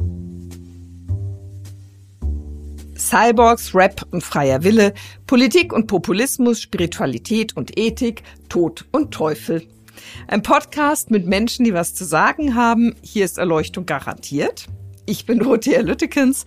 Cyborgs, Rap und freier Wille, Politik und Populismus, Spiritualität und Ethik, Tod und Teufel. Ein Podcast mit Menschen, die was zu sagen haben. Hier ist Erleuchtung garantiert. Ich bin Dorothea Lüttekens,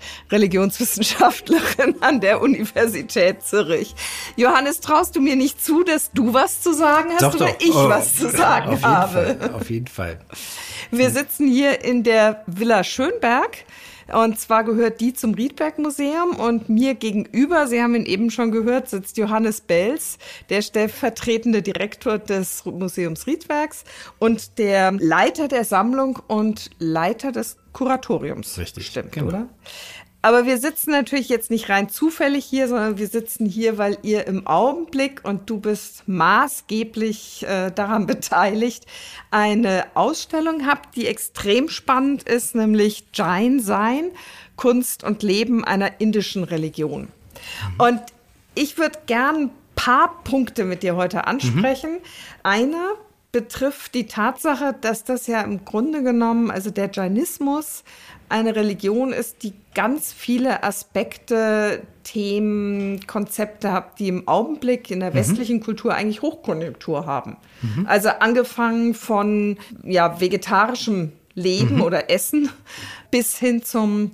Religionswissenschaftlerin an der Universität Zürich. Johannes, traust du mir nicht zu, dass du was zu sagen hast doch, oder doch. ich was zu sagen habe? Auf jeden Fall. Wir sitzen hier in der Villa Schönberg. Und zwar gehört die zum Riedberg-Museum und mir gegenüber, Sie haben ihn eben schon gehört, sitzt Johannes Belz, der stellvertretende Direktor des Museums Riedbergs und der Leiter der Sammlung und Leiter des Kuratoriums. Richtig, stimmt, genau. Oder? Aber wir sitzen natürlich jetzt nicht rein zufällig hier, sondern wir sitzen hier, weil ihr im Augenblick, und du bist maßgeblich daran beteiligt, eine Ausstellung habt, die extrem spannend ist, nämlich Jain Sein, Kunst und Leben einer indischen Religion. Und ich würde gern ein paar Punkte mit dir heute ansprechen. Einer betrifft die Tatsache, dass das ja im Grunde genommen, also der Jainismus, eine Religion ist, die ganz viele Aspekte, Themen, Konzepte hat, die im Augenblick in der westlichen Kultur eigentlich Hochkonjunktur haben. Also angefangen von vegetarischem Leben oder Essen bis hin zum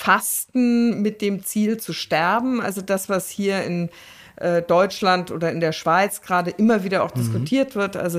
Fasten mit dem Ziel zu sterben. Also das, was hier in Deutschland oder in der Schweiz gerade immer wieder auch diskutiert wird, also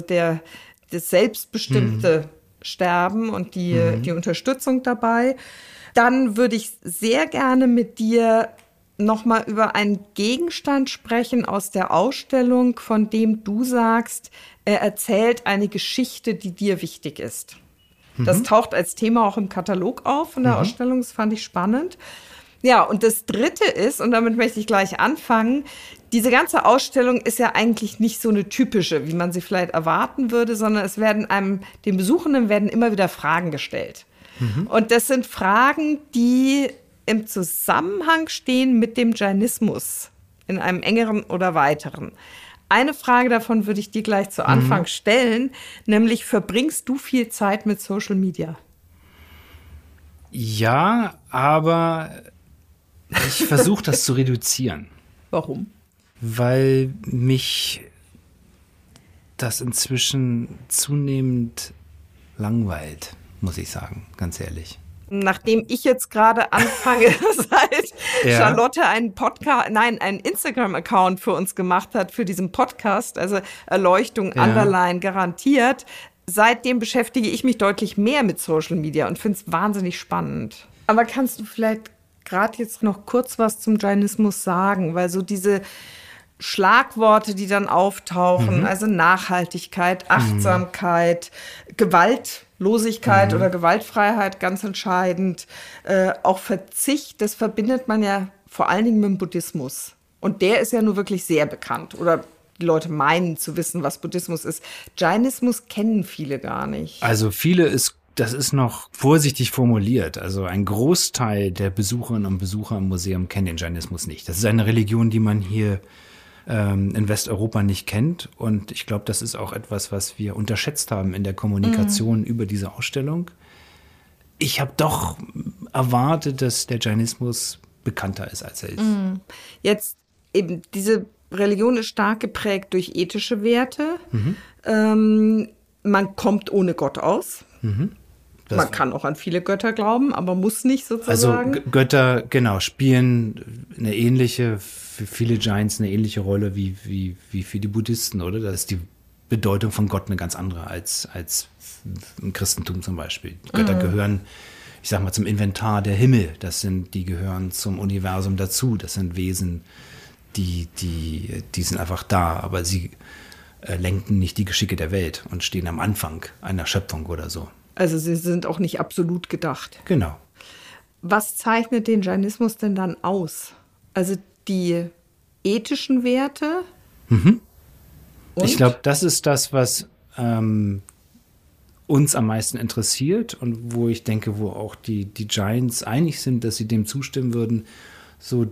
das selbstbestimmte Sterben und die Unterstützung dabei. Dann würde ich sehr gerne mit dir nochmal über einen Gegenstand sprechen aus der Ausstellung, von dem du sagst, er erzählt eine Geschichte, die dir wichtig ist. Das taucht als Thema auch im Katalog auf in der Ausstellung, das fand ich spannend. Ja, und das Dritte ist, und damit möchte ich gleich anfangen, diese ganze Ausstellung ist ja eigentlich nicht so eine typische, wie man sie vielleicht erwarten würde, sondern es werden den Besuchenden werden immer wieder Fragen gestellt. Und das sind Fragen, die im Zusammenhang stehen mit dem Jainismus, in einem engeren oder weiteren. Eine Frage davon würde ich dir gleich zu Anfang stellen, nämlich verbringst du viel Zeit mit Social Media? Ja, aber ich versuche das zu reduzieren. Warum? Weil mich das inzwischen zunehmend langweilt, muss ich sagen, ganz ehrlich. Nachdem ich jetzt gerade anfange, seit Charlotte einen Instagram-Account für uns gemacht hat, für diesen Podcast, also Erleuchtung, Underline garantiert, seitdem beschäftige ich mich deutlich mehr mit Social Media und finde es wahnsinnig spannend. Aber kannst du vielleicht gerade jetzt noch kurz was zum Jainismus sagen? Weil so diese Schlagworte, die dann auftauchen, also Nachhaltigkeit, Achtsamkeit, Gewaltlosigkeit oder Gewaltfreiheit, ganz entscheidend, auch Verzicht, das verbindet man ja vor allen Dingen mit dem Buddhismus. Und der ist ja nur wirklich sehr bekannt. Oder die Leute meinen zu wissen, was Buddhismus ist. Jainismus kennen viele gar nicht. Also das ist noch vorsichtig formuliert. Also ein Großteil der Besucherinnen und Besucher im Museum kennen den Jainismus nicht. Das ist eine Religion, die man hier in Westeuropa nicht kennt. Und ich glaube, das ist auch etwas, was wir unterschätzt haben in der Kommunikation über diese Ausstellung. Ich habe doch erwartet, dass der Jainismus bekannter ist, als er ist. Jetzt eben, diese Religion ist stark geprägt durch ethische Werte. Man kommt ohne Gott aus. Man kann auch an viele Götter glauben, aber muss nicht sozusagen. Also Götter, genau, spielen eine ähnliche, für viele Jains eine ähnliche Rolle wie für die Buddhisten, oder? Da ist die Bedeutung von Gott eine ganz andere als im Christentum zum Beispiel. Götter gehören, ich sag mal, zum Inventar der Himmel. Die gehören zum Universum dazu. Das sind Wesen, die sind einfach da, aber sie lenken nicht die Geschicke der Welt und stehen am Anfang einer Schöpfung oder so. Also sie sind auch nicht absolut gedacht. Genau. Was zeichnet den Jainismus denn dann aus? Also die ethischen Werte? Und? Ich glaube, das ist das, was uns am meisten interessiert und wo ich denke, wo auch die Jains einig sind, dass sie dem zustimmen würden, so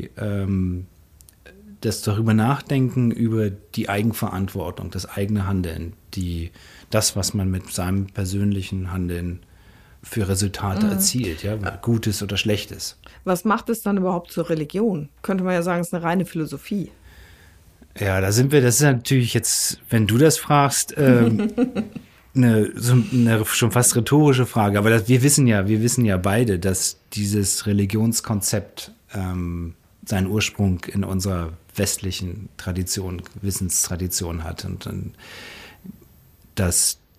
das darüber nachdenken, über die Eigenverantwortung, das eigene Handeln, das, was man mit seinem persönlichen Handeln für Resultate erzielt, ja, Gutes oder Schlechtes. Was macht es dann überhaupt zur Religion? Könnte man ja sagen, es ist eine reine Philosophie. Ja, das ist natürlich jetzt, wenn du das fragst, eine schon fast rhetorische Frage. Aber wir wissen ja beide, dass dieses Religionskonzept seinen Ursprung in unserer westlichen Tradition, Wissenstradition hat und dass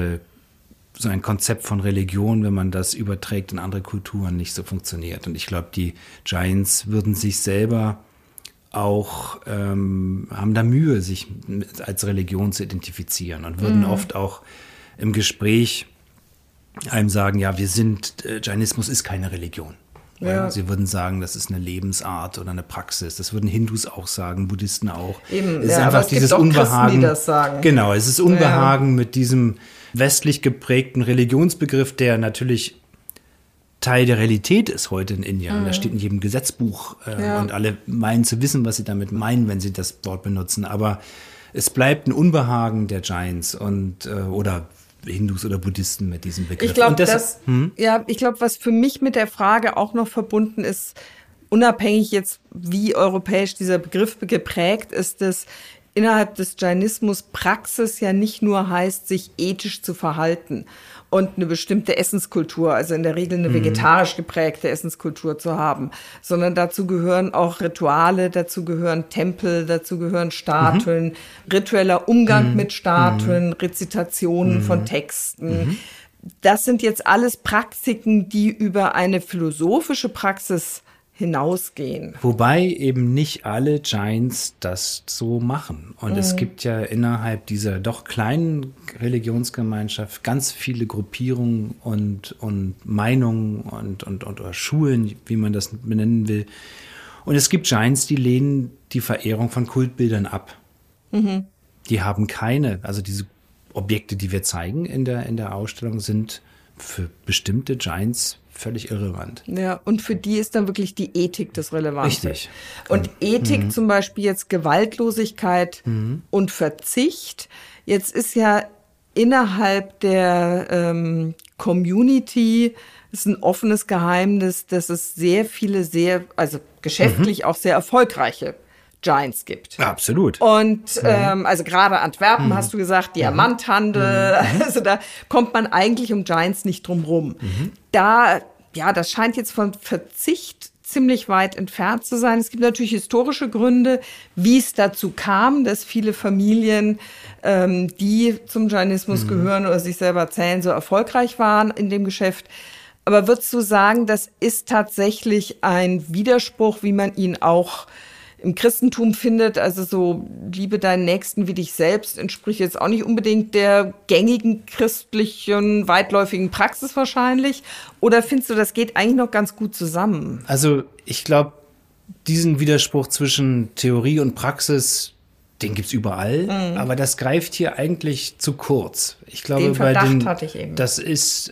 so ein Konzept von Religion, wenn man das überträgt in andere Kulturen, nicht so funktioniert. Und ich glaube, die Giants würden sich selber auch, haben da Mühe, sich als Religion zu identifizieren und würden oft auch im Gespräch einem sagen, ja, Jainismus ist keine Religion. Ja. Sie würden sagen, das ist eine Lebensart oder eine Praxis. Das würden Hindus auch sagen, Buddhisten auch. Eben, es ist einfach es dieses gibt auch Unbehagen. Christen, die das sagen. Genau, es ist Unbehagen mit diesem westlich geprägten Religionsbegriff, der natürlich Teil der Realität ist heute in Indien. Das steht in jedem Gesetzbuch und alle meinen zu wissen, was sie damit meinen, wenn sie das Wort benutzen. Aber es bleibt ein Unbehagen der Jains oder Hindus oder Buddhisten mit diesem Begriff. Ich glaube, was für mich mit der Frage auch noch verbunden ist, unabhängig jetzt, wie europäisch dieser Begriff geprägt ist, dass innerhalb des Jainismus Praxis ja nicht nur heißt, sich ethisch zu verhalten und eine bestimmte Essenskultur, also in der Regel eine vegetarisch geprägte Essenskultur zu haben, sondern dazu gehören auch Rituale, dazu gehören Tempel, dazu gehören Statuen, ritueller Umgang mit Statuen, Rezitationen von Texten. Das sind jetzt alles Praktiken, die über eine philosophische Praxis hinausgehen. Wobei eben nicht alle Jains das so machen. Und es gibt ja innerhalb dieser doch kleinen Religionsgemeinschaft ganz viele Gruppierungen und Meinungen und oder Schulen, wie man das benennen will. Und es gibt Jains, die lehnen die Verehrung von Kultbildern ab. Die haben also diese Objekte, die wir zeigen in der Ausstellung, sind für bestimmte Jains völlig irrelevant. Ja, und für die ist dann wirklich die Ethik das Relevante. Richtig. Und Ethik zum Beispiel jetzt Gewaltlosigkeit und Verzicht. Jetzt ist ja innerhalb der Community ist ein offenes Geheimnis, dass es sehr viele also geschäftlich auch sehr erfolgreiche Giants gibt. Absolut. Und also gerade Antwerpen, hast du gesagt, Diamanthandel, also da kommt man eigentlich um Giants nicht drum rum. Das scheint jetzt von Verzicht ziemlich weit entfernt zu sein. Es gibt natürlich historische Gründe, wie es dazu kam, dass viele Familien, die zum Jainismus gehören oder sich selber zählen, so erfolgreich waren in dem Geschäft. Aber würdest du sagen, das ist tatsächlich ein Widerspruch, wie man ihn auch im Christentum findet, also so liebe deinen Nächsten wie dich selbst, entspricht jetzt auch nicht unbedingt der gängigen christlichen, weitläufigen Praxis wahrscheinlich? Oder findest du, das geht eigentlich noch ganz gut zusammen? Also ich glaube, diesen Widerspruch zwischen Theorie und Praxis, den gibt's überall, aber das greift hier eigentlich zu kurz. Ich glaube, den Verdacht hatte ich eben. Das ist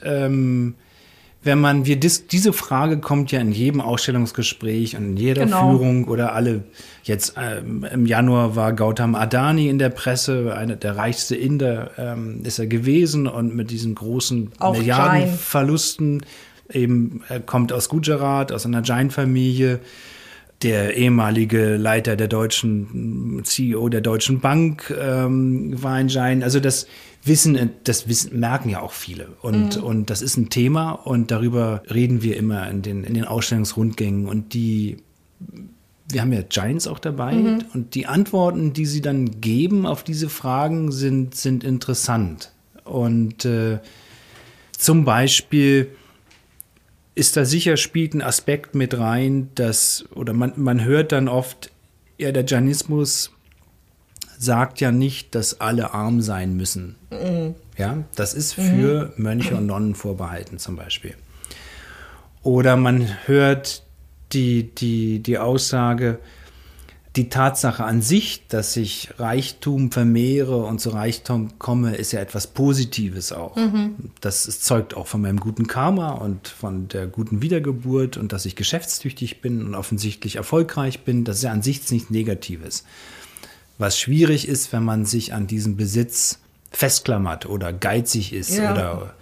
diese Frage kommt ja in jedem Ausstellungsgespräch und in jeder Führung oder alle. Jetzt im Januar war Gautam Adani in der Presse, einer der reichste Inder ist er gewesen und mit diesen großen Milliardenverlusten eben, er kommt aus Gujarat, aus einer Jain-Familie. Der ehemalige Leiter der CEO der Deutschen Bank war ein Jain. Also das Wissen merken ja auch viele. Und das ist ein Thema und darüber reden wir immer in den Ausstellungsrundgängen. Und wir haben ja Jains auch dabei und die Antworten, die sie dann geben auf diese Fragen, sind interessant. Und zum Beispiel spielt ein Aspekt mit rein, man hört dann oft, ja, der Jainismus sagt ja nicht, dass alle arm sein müssen. Ja, das ist für Mönche und Nonnen vorbehalten zum Beispiel. Oder man hört die Aussage, die Tatsache an sich, dass ich Reichtum vermehre und zu Reichtum komme, ist ja etwas Positives auch. Das zeugt auch von meinem guten Karma und von der guten Wiedergeburt und dass ich geschäftstüchtig bin und offensichtlich erfolgreich bin. Das ist ja an sich nichts Negatives. Was schwierig ist, wenn man sich an diesem Besitz festklammert oder geizig ist oder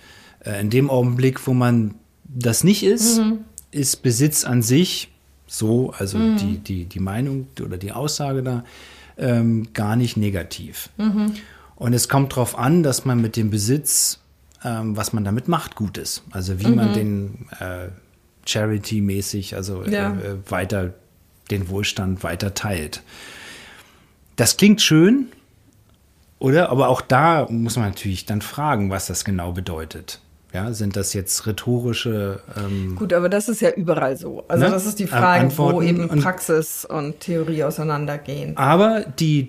In dem Augenblick, wo man das nicht ist, ist Besitz an sich so, also die Meinung oder die Aussage da, gar nicht negativ. Und es kommt darauf an, dass man mit dem Besitz, was man damit macht, gut ist. Also wie man den Charity-mäßig, also weiter den Wohlstand weiter teilt. Das klingt schön, oder? Aber auch da muss man natürlich dann fragen, was das genau bedeutet. Ja, sind das jetzt rhetorische Gut, aber das ist ja überall so. Also das ist die Frage, wo eben Praxis und Theorie auseinandergehen. Aber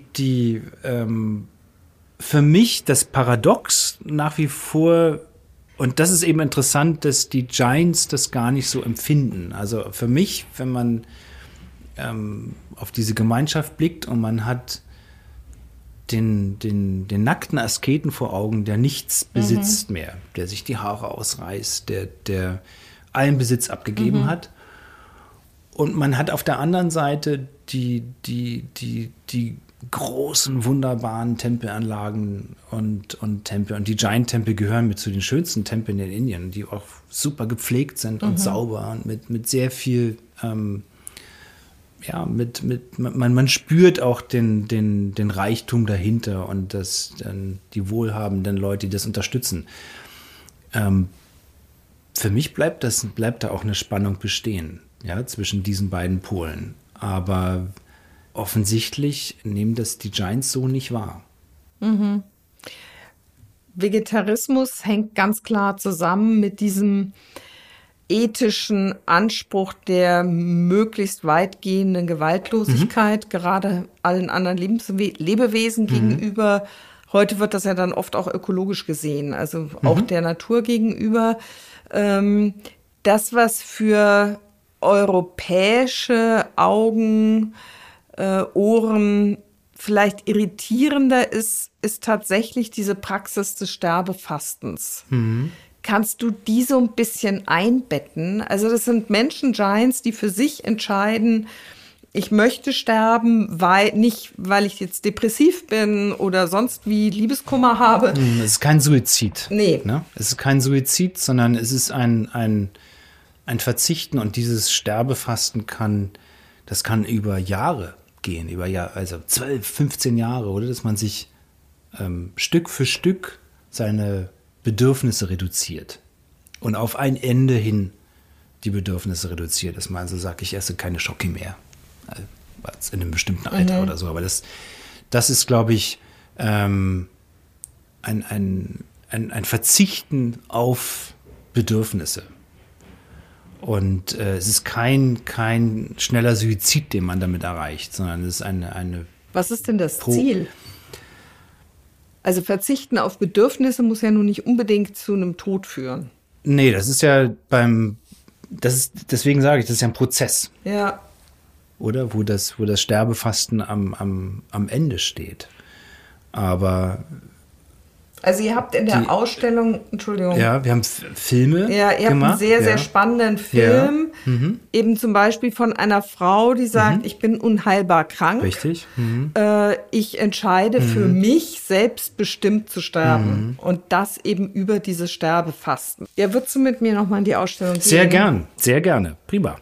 für mich das Paradox nach wie vor, und das ist eben interessant, dass die Giants das gar nicht so empfinden. Also für mich, wenn man auf diese Gemeinschaft blickt und man hat den nackten Asketen vor Augen, der nichts besitzt mehr, der sich die Haare ausreißt, der allen Besitz abgegeben hat. Und man hat auf der anderen Seite die großen, wunderbaren Tempelanlagen und Tempel. Und die Giant-Tempel gehören mit zu den schönsten Tempeln in Indien, die auch super gepflegt sind und sauber und mit sehr viel man spürt auch den Reichtum dahinter und die wohlhabenden Leute, die das unterstützen. Für mich bleibt da auch eine Spannung bestehen, ja, zwischen diesen beiden Polen. Aber offensichtlich nehmen das die Giants so nicht wahr. Vegetarismus hängt ganz klar zusammen mit diesem ethischen Anspruch der möglichst weitgehenden Gewaltlosigkeit, gerade allen anderen Lebewesen gegenüber. Heute wird das ja dann oft auch ökologisch gesehen, also auch der Natur gegenüber. Das, was für europäische Augen, Ohren vielleicht irritierender ist tatsächlich diese Praxis des Sterbefastens. Kannst du die so ein bisschen einbetten? Also das sind Menschen-Giants, die für sich entscheiden, ich möchte sterben, nicht weil ich jetzt depressiv bin oder sonst wie Liebeskummer habe. Es ist kein Suizid. Nee. Ne? Es ist kein Suizid, sondern es ist ein Verzichten, und dieses Sterbefasten kann über Jahre gehen, also 12, 15 Jahre, oder? Dass man sich Stück für Stück seine Bedürfnisse reduziert und auf ein Ende hin die Bedürfnisse reduziert, dass man also sagt, ich esse keine Schoki mehr, also in einem bestimmten Alter oder so. Aber das ist, glaube ich, ein Verzichten auf Bedürfnisse. Und es ist kein schneller Suizid, den man damit erreicht, sondern es ist eine Was ist denn das Ziel? Also Verzichten auf Bedürfnisse muss ja nun nicht unbedingt zu einem Tod führen. Nee, das ist ja deswegen sage ich, das ist ja ein Prozess. Ja. Oder? Wo das Sterbefasten am Ende steht. Aber also ihr habt in der Ausstellung, Entschuldigung. Ja, wir haben Filme Ja, ihr habt einen sehr, sehr spannenden Film. Ja. Eben zum Beispiel von einer Frau, die sagt, ich bin unheilbar krank. Richtig. Ich entscheide für mich, selbstbestimmt zu sterben. Und das eben über dieses Sterbefasten. Ja, würdest du mit mir nochmal in die Ausstellung gehen? Sehr gern, sehr gerne. Prima.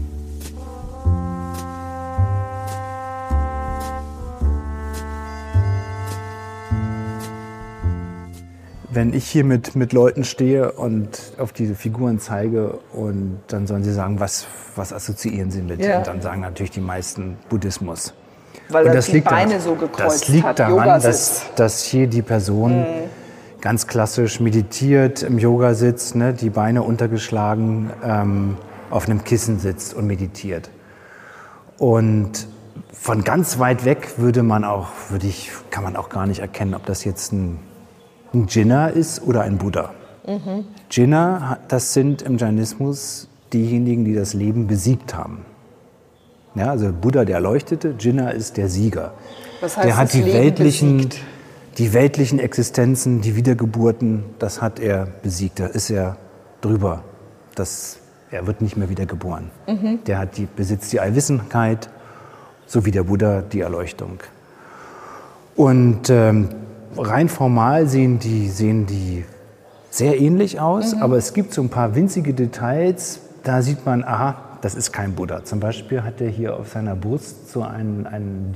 Wenn ich hier mit Leuten stehe und auf diese Figuren zeige, und dann sollen sie sagen, was assoziieren sie mit? Ja. Und dann sagen natürlich die meisten Buddhismus. Weil er die Beine so gekreuzt hat. Das liegt daran, dass hier die Person ganz klassisch meditiert, im Yoga sitzt, ne, die Beine untergeschlagen auf einem Kissen sitzt und meditiert. Und von ganz weit weg kann man auch gar nicht erkennen, ob das jetzt ein Jinna ist oder ein Buddha. Jinna, das sind im Jainismus diejenigen, die das Leben besiegt haben. Ja, also Buddha, der Erleuchtete, Jinna ist der Sieger. Was heißt, der hat die weltlichen Existenzen, die Wiedergeburten, das hat er besiegt. Da ist er drüber. Er wird nicht mehr wiedergeboren. Der besitzt die Allwissenheit, so wie der Buddha die Erleuchtung. Und rein formal sehen die sehr ähnlich aus, aber es gibt so ein paar winzige Details, da sieht man, aha, das ist kein Buddha. Zum Beispiel hat er hier auf seiner Brust so ein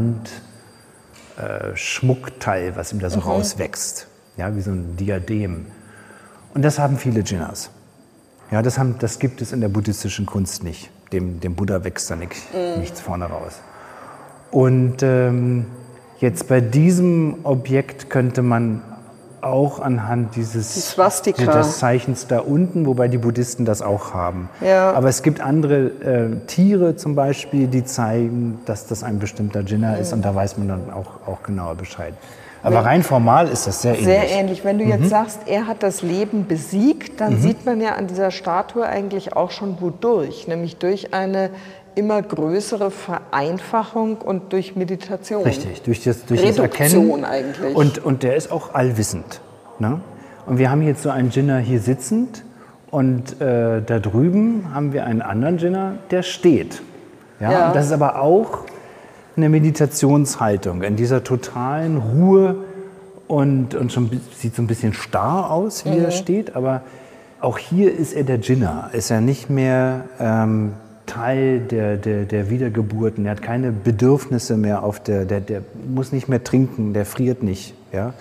Diamant-Schmuckteil, was ihm da so rauswächst, ja, wie so ein Diadem. Und das haben viele Jinnas. Ja, das gibt es in der buddhistischen Kunst nicht. Dem Buddha wächst da nichts vorne raus. Und jetzt bei diesem Objekt könnte man auch anhand des Zeichens da unten, wobei die Buddhisten das auch haben. Ja. Aber es gibt andere Tiere zum Beispiel, die zeigen, dass das ein bestimmter Jinna ist, und da weiß man dann auch genauer Bescheid. Aber rein formal ist das sehr ähnlich. Sehr ähnlich. Wenn du jetzt sagst, er hat das Leben besiegt, dann sieht man ja an dieser Statue eigentlich auch schon wodurch, nämlich durch eine immer größere Vereinfachung und durch Meditation. Richtig, durch das Erkennen. Eigentlich. Und der ist auch allwissend. Ne? Und wir haben jetzt so einen Jinna hier sitzend, und da drüben haben wir einen anderen Jinna, der steht. Ja? Und das ist aber auch eine Meditationshaltung in dieser totalen Ruhe, und schon sieht so ein bisschen starr aus, wie er steht, aber auch hier ist er der Jinna, ist er nicht mehr Teil der Wiedergeburten, er hat keine Bedürfnisse mehr der muss nicht mehr trinken, der friert nicht. Ja?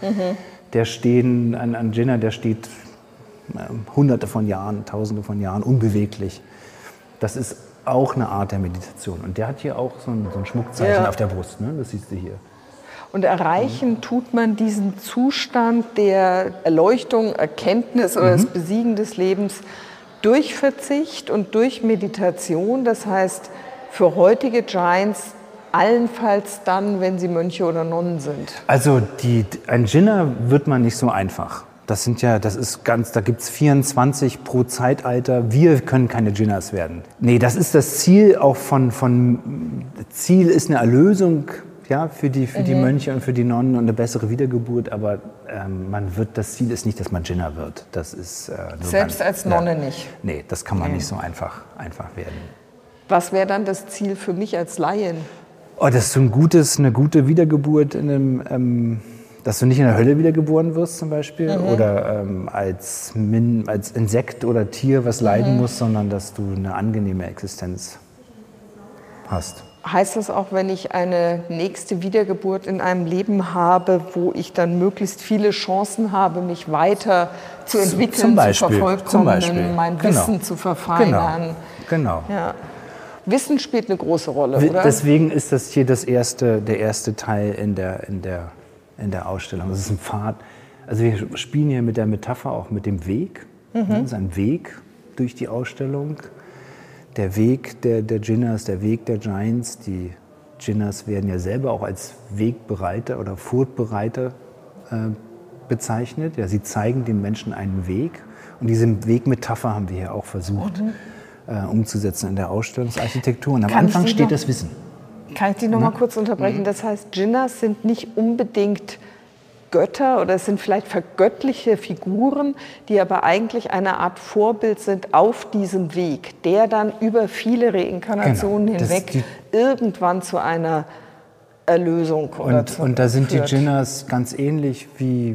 Ein Jinna, der steht hunderte von Jahren, tausende von Jahren unbeweglich. Das ist auch eine Art der Meditation. Und der hat hier auch so ein Schmuckzeichen auf der Brust, ne? Das siehst du hier. Und erreichen tut man diesen Zustand der Erleuchtung, Erkenntnis oder das Besiegen des Lebens durch Verzicht und durch Meditation. Das heißt, für heutige Jains allenfalls dann, wenn sie Mönche oder Nonnen sind. Also ein Jinna wird man nicht so einfach. Da gibt es 24 pro Zeitalter. Wir können keine Jinnas werden. Nee, das ist das Ziel auch Ziel ist eine Erlösung, ja, für die Mönche und für die Nonnen und eine bessere Wiedergeburt. Aber das Ziel ist nicht, dass man Jinna wird. Das ist selbst als Nonne nicht. Nee, das kann man nicht so einfach werden. Was wäre dann das Ziel für mich als Laien? Oh, das ist eine gute Wiedergeburt dass du nicht in der Hölle wiedergeboren wirst zum Beispiel oder als Insekt oder Tier, was leiden muss, sondern dass du eine angenehme Existenz hast. Heißt das auch, wenn ich eine nächste Wiedergeburt in einem Leben habe, wo ich dann möglichst viele Chancen habe, mich weiter zu entwickeln, zu vervollkommnen, mein Wissen zu verfeinern? Genau. Ja. Wissen spielt eine große Rolle, oder? Deswegen ist das hier der erste Teil in der Ausstellung. Das ist ein Pfad. Also wir spielen hier mit der Metapher auch mit dem Weg. Das ist ein Weg durch die Ausstellung. Der Weg der Jinnas, der Weg der Jains. Die Jinnas werden ja selber auch als Wegbereiter oder Furtbereiter bezeichnet. Ja, sie zeigen den Menschen einen Weg. Und diese Wegmetapher haben wir hier auch versucht umzusetzen in der Ausstellungsarchitektur. Und am Anfang steht das Wissen. Kann ich dich noch mal kurz unterbrechen? Das heißt, Jinnas sind nicht unbedingt Götter oder es sind vielleicht vergöttliche Figuren, die aber eigentlich eine Art Vorbild sind auf diesem Weg, der dann über viele Reinkarnationen hinweg irgendwann zu einer Erlösung und da sind führt. Die Jinnas ganz ähnlich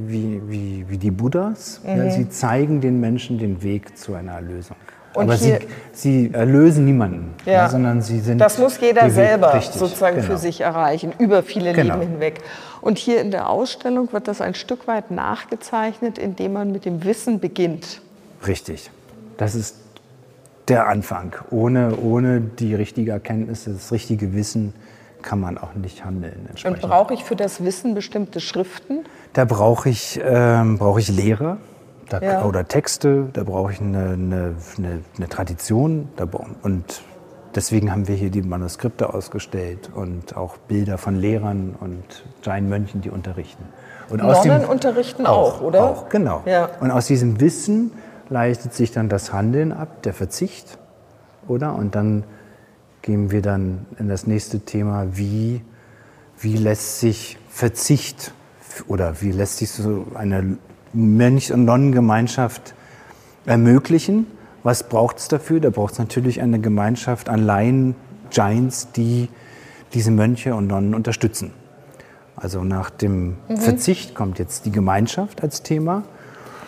wie die Buddhas. Ja, sie zeigen den Menschen den Weg zu einer Erlösung. Aber sie erlösen niemanden, sondern sie sind. Das muss jeder selber sozusagen für sich erreichen, über viele Leben hinweg. Und hier in der Ausstellung wird das ein Stück weit nachgezeichnet, indem man mit dem Wissen beginnt. Richtig. Das ist der Anfang. Ohne die richtige Erkenntnis, das richtige Wissen kann man auch nicht handeln. Und brauche ich für das Wissen bestimmte Schriften? Da brauche ich Lehrer. Oder Texte, da brauche ich eine Tradition. Und deswegen haben wir hier die Manuskripte ausgestellt und auch Bilder von Lehrern und Jain-Mönchen, die unterrichten. Und Nonnen unterrichten auch, oder? Auch, genau. Ja. Und aus diesem Wissen leitet sich dann das Handeln ab, der Verzicht, oder? Und dann gehen wir dann in das nächste Thema, wie lässt sich Verzicht oder wie lässt sich so eine Mönch- und Nonnengemeinschaft ermöglichen. Was braucht es dafür? Da braucht es natürlich eine Gemeinschaft an Laien, Jains, die diese Mönche und Nonnen unterstützen. Also nach dem Verzicht kommt jetzt die Gemeinschaft als Thema.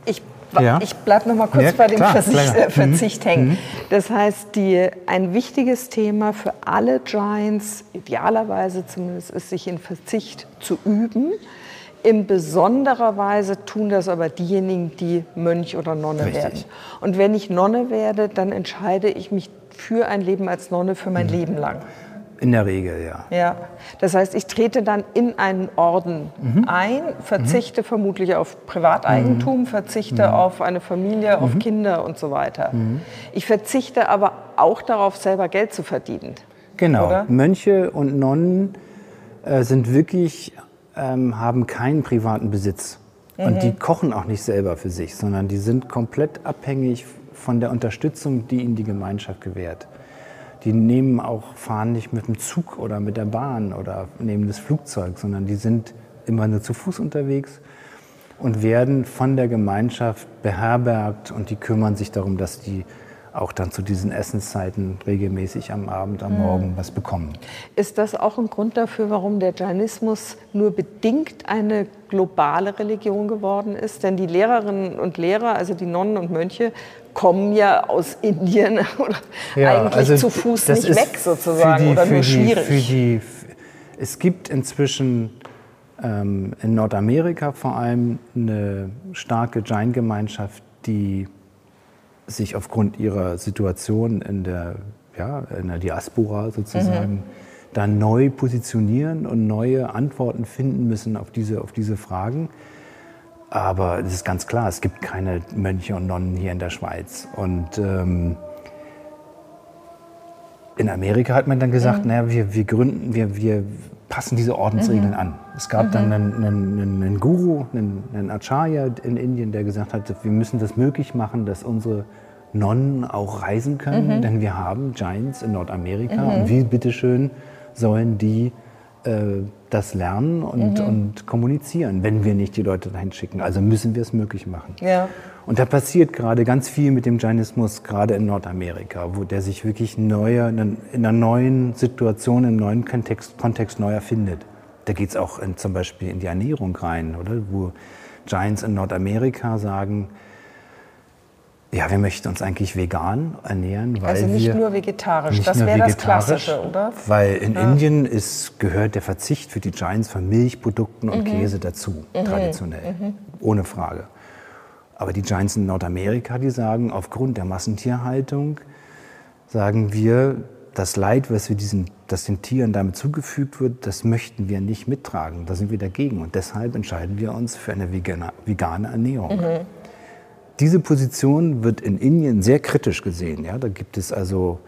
Ich bleibe noch mal kurz bei dem Verzicht hängen. Das heißt, ein wichtiges Thema für alle Giants, idealerweise zumindest, ist, sich in Verzicht zu üben. In besonderer Weise tun das aber diejenigen, die Mönch oder Nonne werden. Und wenn ich Nonne werde, dann entscheide ich mich für ein Leben als Nonne für mein Leben lang. In der Regel, ja. Ja, das heißt, ich trete dann in einen Orden ein, verzichte vermutlich auf Privateigentum, verzichte auf eine Familie, auf Kinder und so weiter. Ich verzichte aber auch darauf, selber Geld zu verdienen. Genau, oder? Mönche und Nonnen sind wirklich, haben keinen privaten Besitz. Und die kochen auch nicht selber für sich, sondern die sind komplett abhängig von der Unterstützung, die ihnen die Gemeinschaft gewährt. Die fahren nicht mit dem Zug oder mit der Bahn oder nehmen das Flugzeug, sondern die sind immer nur zu Fuß unterwegs und werden von der Gemeinschaft beherbergt und die kümmern sich darum, dass die auch dann zu diesen Essenszeiten regelmäßig am Abend, am Morgen was bekommen. Ist das auch ein Grund dafür, warum der Jainismus nur bedingt eine globale Religion geworden ist? Denn die Lehrerinnen und Lehrer, also die Nonnen und Mönche, kommen ja aus Indien oder eigentlich also zu Fuß nicht weg sozusagen oder nur schwierig. Es gibt inzwischen in Nordamerika vor allem eine starke Jain-Gemeinschaft, die sich aufgrund ihrer Situation in der Diaspora sozusagen da neu positionieren und neue Antworten finden müssen auf diese Fragen. Aber es ist ganz klar, es gibt keine Mönche und Nonnen hier in der Schweiz. Und in Amerika hat man dann gesagt, wir passen diese Ordensregeln an. Es gab dann einen Guru, einen Acharya in Indien, der gesagt hat, wir müssen das möglich machen, dass unsere Nonnen auch reisen können, denn wir haben Giants in Nordamerika und wie bitteschön sollen die das lernen und kommunizieren, wenn wir nicht die Leute dahin schicken. Also müssen wir es möglich machen. Ja. Und da passiert gerade ganz viel mit dem Jainismus, gerade in Nordamerika, wo der sich wirklich in einer neuen Situation, im neuen Kontext neu erfindet. Da geht es auch zum Beispiel in die Ernährung rein, oder? Wo Giants in Nordamerika sagen, ja, wir möchten uns eigentlich vegan ernähren. Weil also nicht nur vegetarisch, das wäre das Klassische, oder? Weil in Indien gehört der Verzicht für die Giants von Milchprodukten und Käse dazu, traditionell, ohne Frage. Aber die Giants in Nordamerika, die sagen, aufgrund der Massentierhaltung, sagen wir, das Leid, das den Tieren damit zugefügt wird, das möchten wir nicht mittragen, da sind wir dagegen. Und deshalb entscheiden wir uns für eine vegane Ernährung. Diese Position wird in Indien sehr kritisch gesehen. Ja? Da gibt es also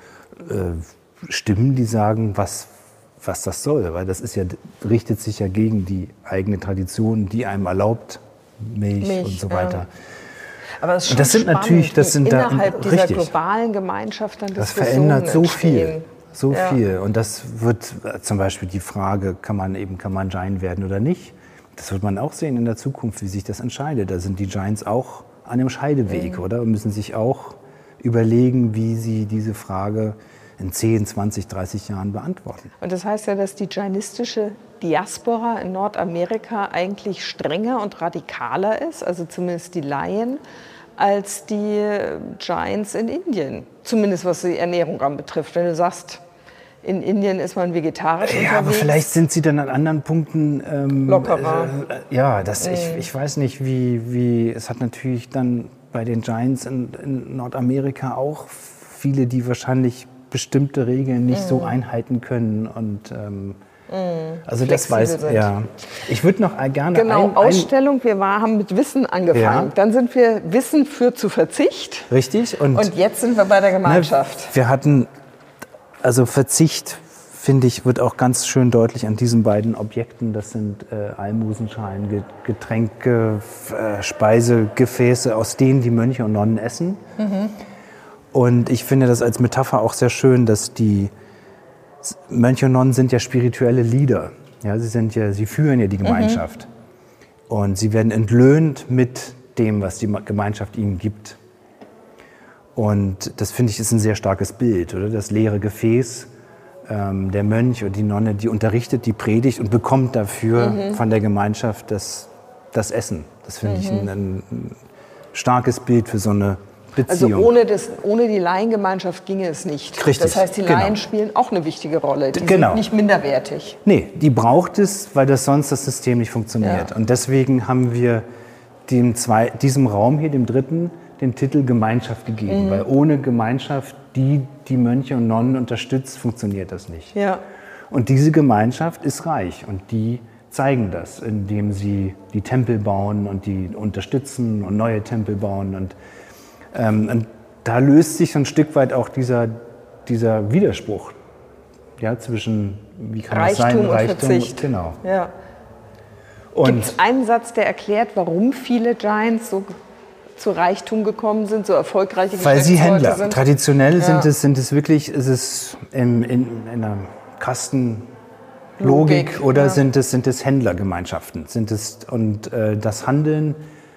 Stimmen, die sagen, was das soll. Weil das richtet sich ja gegen die eigene Tradition, die einem erlaubt, Milch und so weiter. Ja. Aber es ist schon das sind spannend, natürlich, das sind innerhalb dieser globalen Gemeinschaft dann das verändert so viel. So viel. Und das wird zum Beispiel die Frage, kann man Jain werden oder nicht? Das wird man auch sehen in der Zukunft, wie sich das entscheidet. Da sind die Jains auch an einem Scheideweg, oder? Und müssen sich auch überlegen, wie sie diese Frage in 10, 20, 30 Jahren beantworten. Und das heißt ja, dass die jainistische Diaspora in Nordamerika eigentlich strenger und radikaler ist, also zumindest die Laien, als die Giants in Indien. Zumindest was die Ernährung anbetrifft. Wenn du sagst, in Indien ist man vegetarisch unterwegs. Aber vielleicht sind sie dann an anderen Punkten lockerer. Ich weiß nicht, wie es hat natürlich dann bei den Giants in Nordamerika auch viele, die wahrscheinlich bestimmte Regeln nicht so einhalten können und also das weiß sind. Ja. Ich würde noch gerne Ausstellung. Wir haben mit Wissen angefangen. Ja. Dann sind wir Wissen führt zu Verzicht. Richtig. Und jetzt sind wir bei der Gemeinschaft. Wir hatten also Verzicht, finde ich, wird auch ganz schön deutlich an diesen beiden Objekten. Das sind Almosenschalen, Getränke, Speisegefäße, aus denen die Mönche und Nonnen essen. Und ich finde das als Metapher auch sehr schön, dass die Mönche und Nonnen sind ja spirituelle Leader. Ja, sie führen ja die Gemeinschaft. Und sie werden entlöhnt mit dem, was die Gemeinschaft ihnen gibt. Und das, finde ich, ist ein sehr starkes Bild, oder? Das leere Gefäß, der Mönch oder die Nonne, die unterrichtet, die predigt und bekommt dafür von der Gemeinschaft das Essen. Das finde ich starkes Bild für so eine Beziehung. Also ohne die Laiengemeinschaft ginge es nicht. Richtig, das heißt, die Laien spielen auch eine wichtige Rolle. Die sind nicht minderwertig. Nee, die braucht es, weil das sonst das System nicht funktioniert. Und deswegen haben wir diesem Raum hier, dem dritten, den Titel Gemeinschaft gegeben. Weil ohne Gemeinschaft, die Mönche und Nonnen unterstützt, funktioniert das nicht. Ja. Und diese Gemeinschaft ist reich und die zeigen das, indem sie die Tempel bauen und die unterstützen und neue Tempel bauen. Und da löst sich so ein Stück weit auch dieser Widerspruch, ja, zwischen, wie kann Reichtum das sein? und Verzicht. Genau. Ja. Gibt es einen Satz, der erklärt, warum viele Giants so zu Reichtum gekommen sind, so erfolgreiche Geschäftsleute Weil sie Händler sind? Traditionell sind es wirklich, ist es in einer Kastenlogik oder sind es Händlergemeinschaften? Das Handeln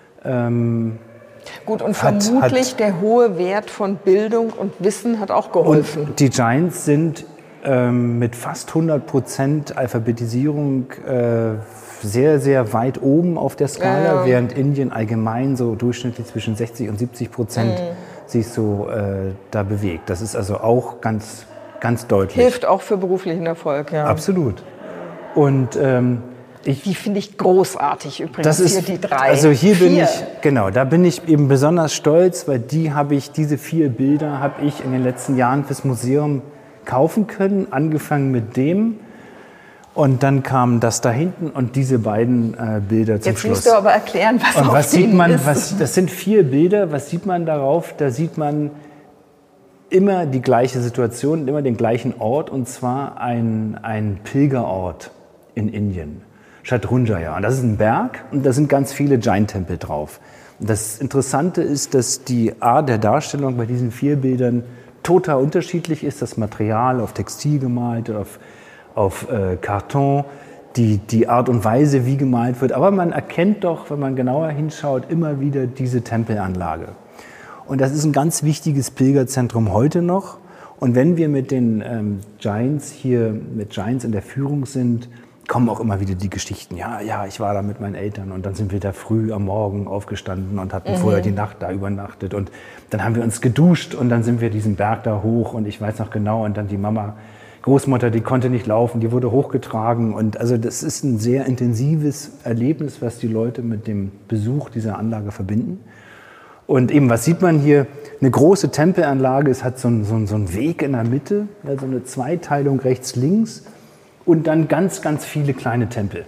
gut, und vermutlich der hohe Wert von Bildung und Wissen hat auch geholfen. Und die Giants sind mit fast 100% Alphabetisierung sehr, sehr weit oben auf der Skala, während Indien allgemein so durchschnittlich zwischen 60 und 70% sich so da bewegt. Das ist also auch ganz, ganz deutlich. Hilft auch für beruflichen Erfolg, ja. Absolut. Und die finde ich großartig übrigens, hier die 3. Also hier da bin ich eben besonders stolz, weil diese 4 Bilder habe ich in den letzten Jahren fürs Museum kaufen können, angefangen mit dem und dann kam das da hinten und diese beiden Bilder zum Schluss. Jetzt musst du aber erklären, was sieht man ist. Das sind 4 Bilder, was sieht man darauf? Da sieht man immer die gleiche Situation, immer den gleichen Ort und zwar ein Pilgerort in Indien. Shatrunjaya. Und das ist ein Berg und da sind ganz viele Giant-Tempel drauf. Und das Interessante ist, dass die Art der Darstellung bei diesen 4 Bildern total unterschiedlich ist. Das Material auf Textil gemalt, auf Karton, die Art und Weise, wie gemalt wird. Aber man erkennt doch, wenn man genauer hinschaut, immer wieder diese Tempelanlage. Und das ist ein ganz wichtiges Pilgerzentrum heute noch. Und wenn wir mit den Giants in der Führung sind, kommen auch immer wieder die Geschichten. Ja, ich war da mit meinen Eltern und dann sind wir da früh am Morgen aufgestanden und hatten vorher die Nacht da übernachtet und dann haben wir uns geduscht und dann sind wir diesen Berg da hoch und ich weiß noch genau und dann die Großmutter, die konnte nicht laufen, die wurde hochgetragen und also das ist ein sehr intensives Erlebnis, was die Leute mit dem Besuch dieser Anlage verbinden. Und eben, was sieht man hier? Eine große Tempelanlage, es hat so einen Weg in der Mitte, also eine Zweiteilung rechts-links. Und dann ganz, ganz viele kleine Tempel.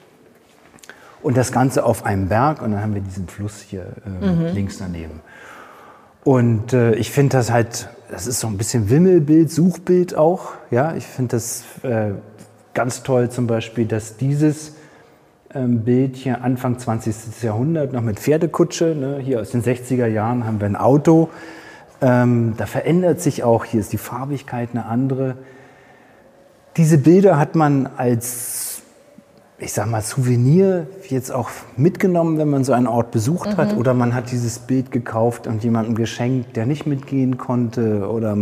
Und das Ganze auf einem Berg. Und dann haben wir diesen Fluss hier links daneben. Und ich finde das ist so ein bisschen Wimmelbild, Suchbild auch. Ja, ich finde das ganz toll zum Beispiel, dass dieses Bild hier Anfang 20. Jahrhundert noch mit Pferdekutsche, ne, hier aus den 60er Jahren haben wir ein Auto. Da verändert sich auch, hier ist die Farbigkeit eine andere. Diese Bilder hat man als, ich sag mal, Souvenir jetzt auch mitgenommen, wenn man so einen Ort besucht hat. Oder man hat dieses Bild gekauft und jemandem geschenkt, der nicht mitgehen konnte. Oder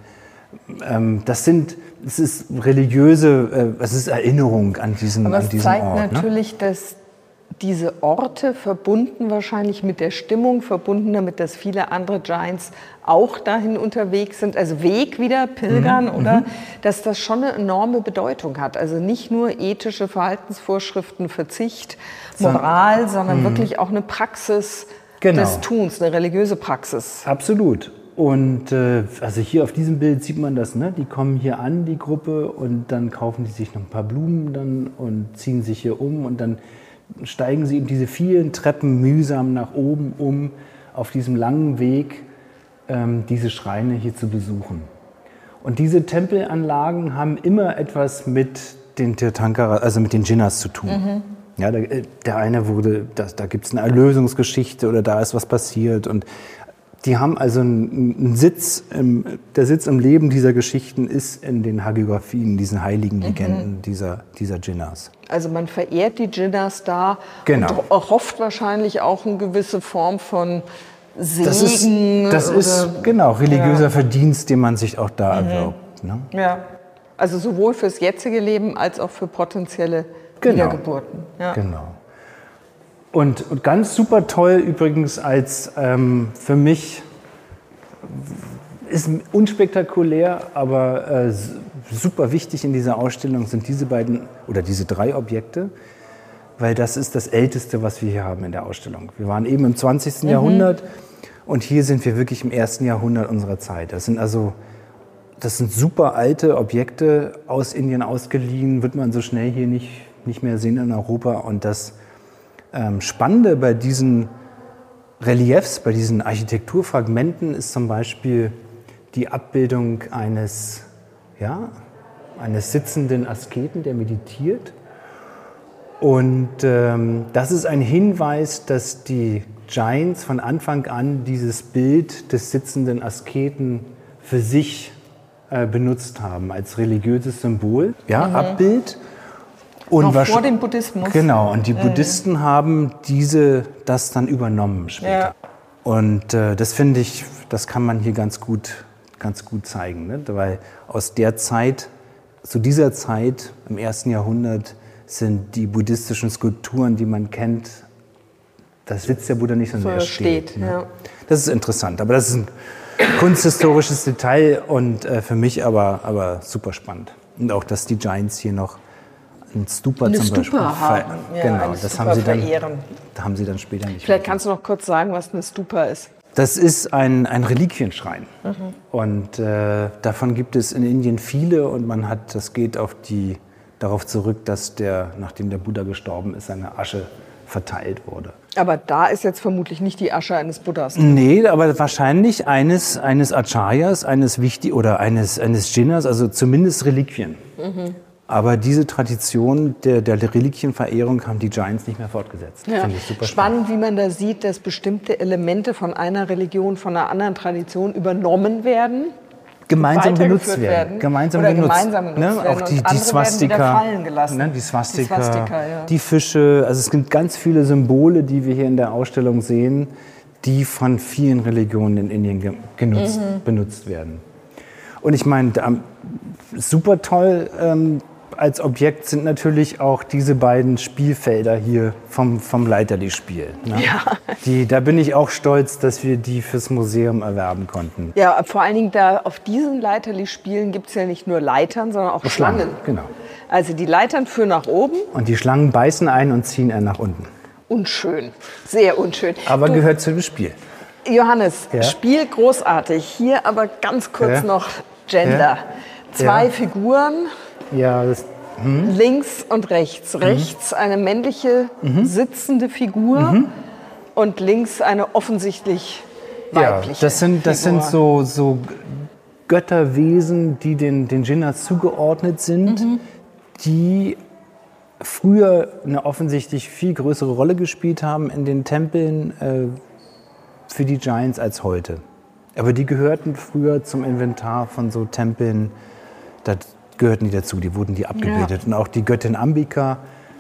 es ist religiöse, es ist Erinnerung an diesen Ort. Aber es zeigt natürlich, dass diese Orte verbunden wahrscheinlich mit der Stimmung, verbunden damit, dass viele andere Giants auch dahin unterwegs sind, also Weg wieder, Pilgern, oder dass das schon eine enorme Bedeutung hat. Also nicht nur ethische Verhaltensvorschriften, Verzicht, Moral, sondern wirklich auch eine Praxis des Tuns, eine religiöse Praxis. Absolut. Und also hier auf diesem Bild sieht man das, ne? Die kommen hier an, die Gruppe, und dann kaufen die sich noch ein paar Blumen dann und ziehen sich hier um und dann steigen sie in diese vielen Treppen mühsam nach oben, um auf diesem langen Weg diese Schreine hier zu besuchen. Und diese Tempelanlagen haben immer etwas mit den Tirthankara, also mit den Jinnas zu tun. Ja, der eine da gibt es eine Erlösungsgeschichte oder da ist was passiert und die haben also einen Sitz, der Sitz im Leben dieser Geschichten ist in den Hagiografien, diesen heiligen Legenden dieser Jinnas. Also man verehrt die Jinnas da und hofft wahrscheinlich auch eine gewisse Form von Segen. Das ist religiöser Verdienst, den man sich auch da erwirbt. Ne? Ja, also sowohl fürs jetzige Leben als auch für potenzielle Wiedergeburten. Ja. Genau. Und ganz super toll übrigens als für mich ist unspektakulär, aber super wichtig in dieser Ausstellung sind diese beiden oder diese 3 Objekte, weil das ist das Älteste, was wir hier haben in der Ausstellung. Wir waren eben im 20. Jahrhundert und hier sind wir wirklich im 1. Jahrhundert unserer Zeit. Das sind super alte Objekte aus Indien ausgeliehen, wird man so schnell hier nicht mehr sehen in Europa. Und das Spannende bei diesen Reliefs, bei diesen Architekturfragmenten ist zum Beispiel die Abbildung eines sitzenden Asketen, der meditiert. Und das ist ein Hinweis, dass die Jains von Anfang an dieses Bild des sitzenden Asketen für sich benutzt haben, als religiöses Symbol, Abbild. Und noch vor dem Buddhismus. Genau, und die Buddhisten haben das dann übernommen später. Ja. Und das finde ich, das kann man hier ganz gut zeigen, ne? Weil zu dieser Zeit, im 1. Jahrhundert, sind die buddhistischen Skulpturen, die man kennt, da sitzt der Buddha nicht, sondern er steht. Ne? Ja. Das ist interessant, aber das ist ein kunsthistorisches Detail und für mich aber super spannend. Und auch, dass die Jains hier noch ein Stupa zum Beispiel haben. Ja, genau, das haben sie dann später nicht. Vielleicht kannst du noch kurz sagen, was eine Stupa ist. Das ist ein Reliquienschrein. Und davon gibt es in Indien viele und das geht darauf zurück, dass nachdem der Buddha gestorben ist, seine Asche verteilt wurde. Aber da ist jetzt vermutlich nicht die Asche eines Buddhas. Nee, aber wahrscheinlich eines Acharyas, eines Jinnas, also zumindest Reliquien. Aber diese Tradition der Reliquienverehrung haben die Jains nicht mehr fortgesetzt. Ja. Finde ich super spannend, wie man da sieht, dass bestimmte Elemente von einer Religion, von einer anderen Tradition übernommen werden. Gemeinsam genutzt werden. Gemeinsam genutzt werden. Auch die Swastika, fallen gelassen. Die Swastika, die Fische. Also es gibt ganz viele Symbole, die wir hier in der Ausstellung sehen, die von vielen Religionen in Indien benutzt werden. Und ich meine, super toll als Objekt sind natürlich auch diese beiden Spielfelder hier vom Leiterli-Spiel. Ne? Ja. Da bin ich auch stolz, dass wir die fürs Museum erwerben konnten. Ja, vor allen Dingen auf diesen Leiterli-Spielen gibt es ja nicht nur Leitern, sondern auch Schlangen. Genau. Also die Leitern führen nach oben. Und die Schlangen beißen ein und ziehen nach unten. Unschön, sehr unschön. Aber gehört zu dem Spiel. Johannes, Spiel großartig. Hier aber ganz kurz noch Gender. 2 Figuren. Ja, links und rechts. Rechts eine männliche sitzende Figur und links eine offensichtlich weibliche das sind so Götterwesen, die den Jinnas zugeordnet sind, die früher eine offensichtlich viel größere Rolle gespielt haben in den Tempeln für die Jains als heute. Aber die gehörten früher zum Inventar von so Tempeln, da gehörten die dazu, wurden die abgebildet. Ja. Und auch die Göttin Ambika,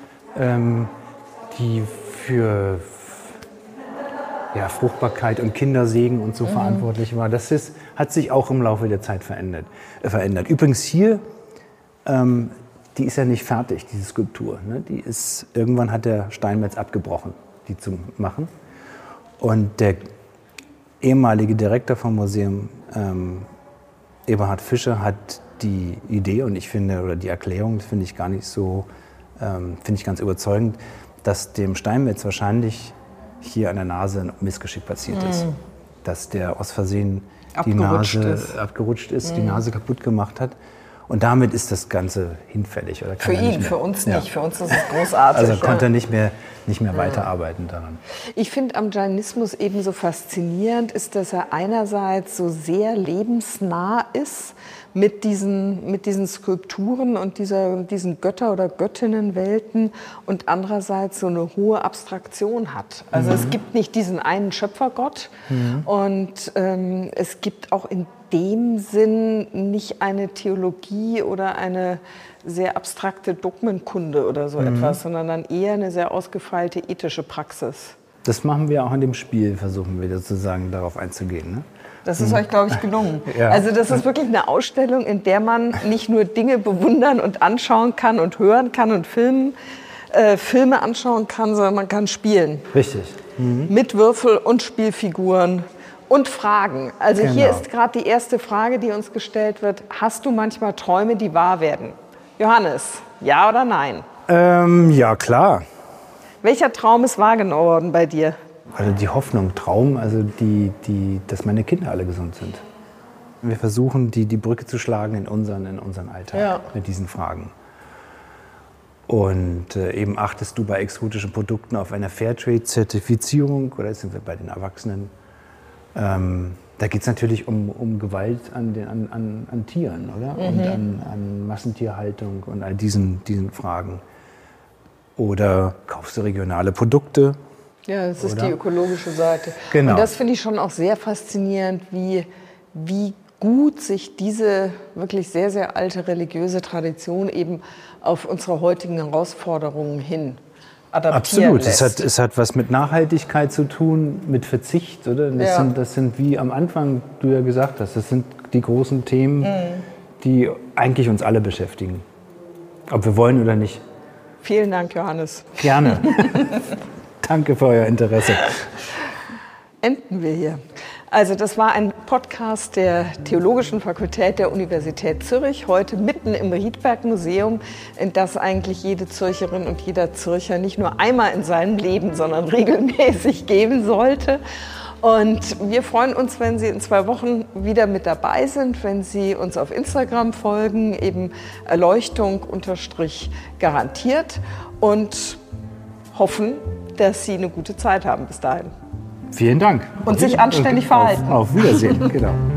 die für Fruchtbarkeit und Kindersegen und so verantwortlich war, hat sich auch im Laufe der Zeit verändert. Übrigens hier, die ist ja nicht fertig, diese Skulptur. Ne? Irgendwann hat der Steinmetz abgebrochen, die zu machen. Und der ehemalige Direktor vom Museum, Eberhard Fischer, hat die Idee und die Erklärung, finde ich gar nicht so, finde ich ganz überzeugend, dass dem Steinmetz wahrscheinlich hier an der Nase ein Missgeschick passiert ist. Dass der aus Versehen die Nase abgerutscht ist, die Nase kaputt gemacht hat. Und damit ist das Ganze hinfällig. Oder für ihn, für uns nicht. Für uns ist es großartig. Also konnte er nicht mehr weiterarbeiten daran. Ich finde am Jainismus ebenso faszinierend ist, dass er einerseits so sehr lebensnah ist mit diesen Skulpturen und diesen Götter- oder Göttinnenwelten und andererseits so eine hohe Abstraktion hat. Also es gibt nicht diesen einen Schöpfergott und es gibt auch in dem Sinn nicht eine Theologie oder eine sehr abstrakte Dogmenkunde oder so etwas, sondern dann eher eine sehr ausgefeilte ethische Praxis. Das machen wir auch in dem Spiel, versuchen wir sozusagen darauf einzugehen. Ne? Das ist euch, glaube ich, gelungen. Ja. Also das ist wirklich eine Ausstellung, in der man nicht nur Dinge bewundern und anschauen kann und hören kann und filmen, Filme anschauen kann, sondern man kann spielen. Richtig. Mit Würfel und Spielfiguren und Fragen. Also hier ist gerade die erste Frage, die uns gestellt wird. Hast du manchmal Träume, die wahr werden? Johannes, ja oder nein? Ja, klar. Welcher Traum ist wahr geworden bei dir? Also die Hoffnung, Traum, also dass meine Kinder alle gesund sind. Wir versuchen, die Brücke zu schlagen in unseren Alltag mit diesen Fragen. Und eben achtest du bei exotischen Produkten auf eine Fairtrade-Zertifizierung, oder jetzt sind wir bei den Erwachsenen. Da geht es natürlich um Gewalt an Tieren, oder? Und an Massentierhaltung und all diesen Fragen. Oder kaufst du regionale Produkte? Ja, das ist die ökologische Seite. Genau. Und das finde ich schon auch sehr faszinierend, wie gut sich diese wirklich sehr, sehr alte religiöse Tradition eben auf unsere heutigen Herausforderungen hin adaptieren lässt. Absolut. Es hat was mit Nachhaltigkeit zu tun, mit Verzicht, oder? Das sind, wie am Anfang du ja gesagt hast, das sind die großen Themen, die eigentlich uns alle beschäftigen. Ob wir wollen oder nicht. Vielen Dank, Johannes. Gerne. Danke für euer Interesse. Enden wir hier. Also das war ein Podcast der Theologischen Fakultät der Universität Zürich, heute mitten im Riedberg-Museum, in das eigentlich jede Zürcherin und jeder Zürcher nicht nur einmal in seinem Leben, sondern regelmäßig gehen sollte. Und wir freuen uns, wenn Sie in 2 Wochen wieder mit dabei sind, wenn Sie uns auf Instagram folgen, eben Erleuchtung_garantiert, und hoffen, dass Sie eine gute Zeit haben bis dahin. Vielen Dank. Und sich anständig verhalten. Auf Wiedersehen, genau.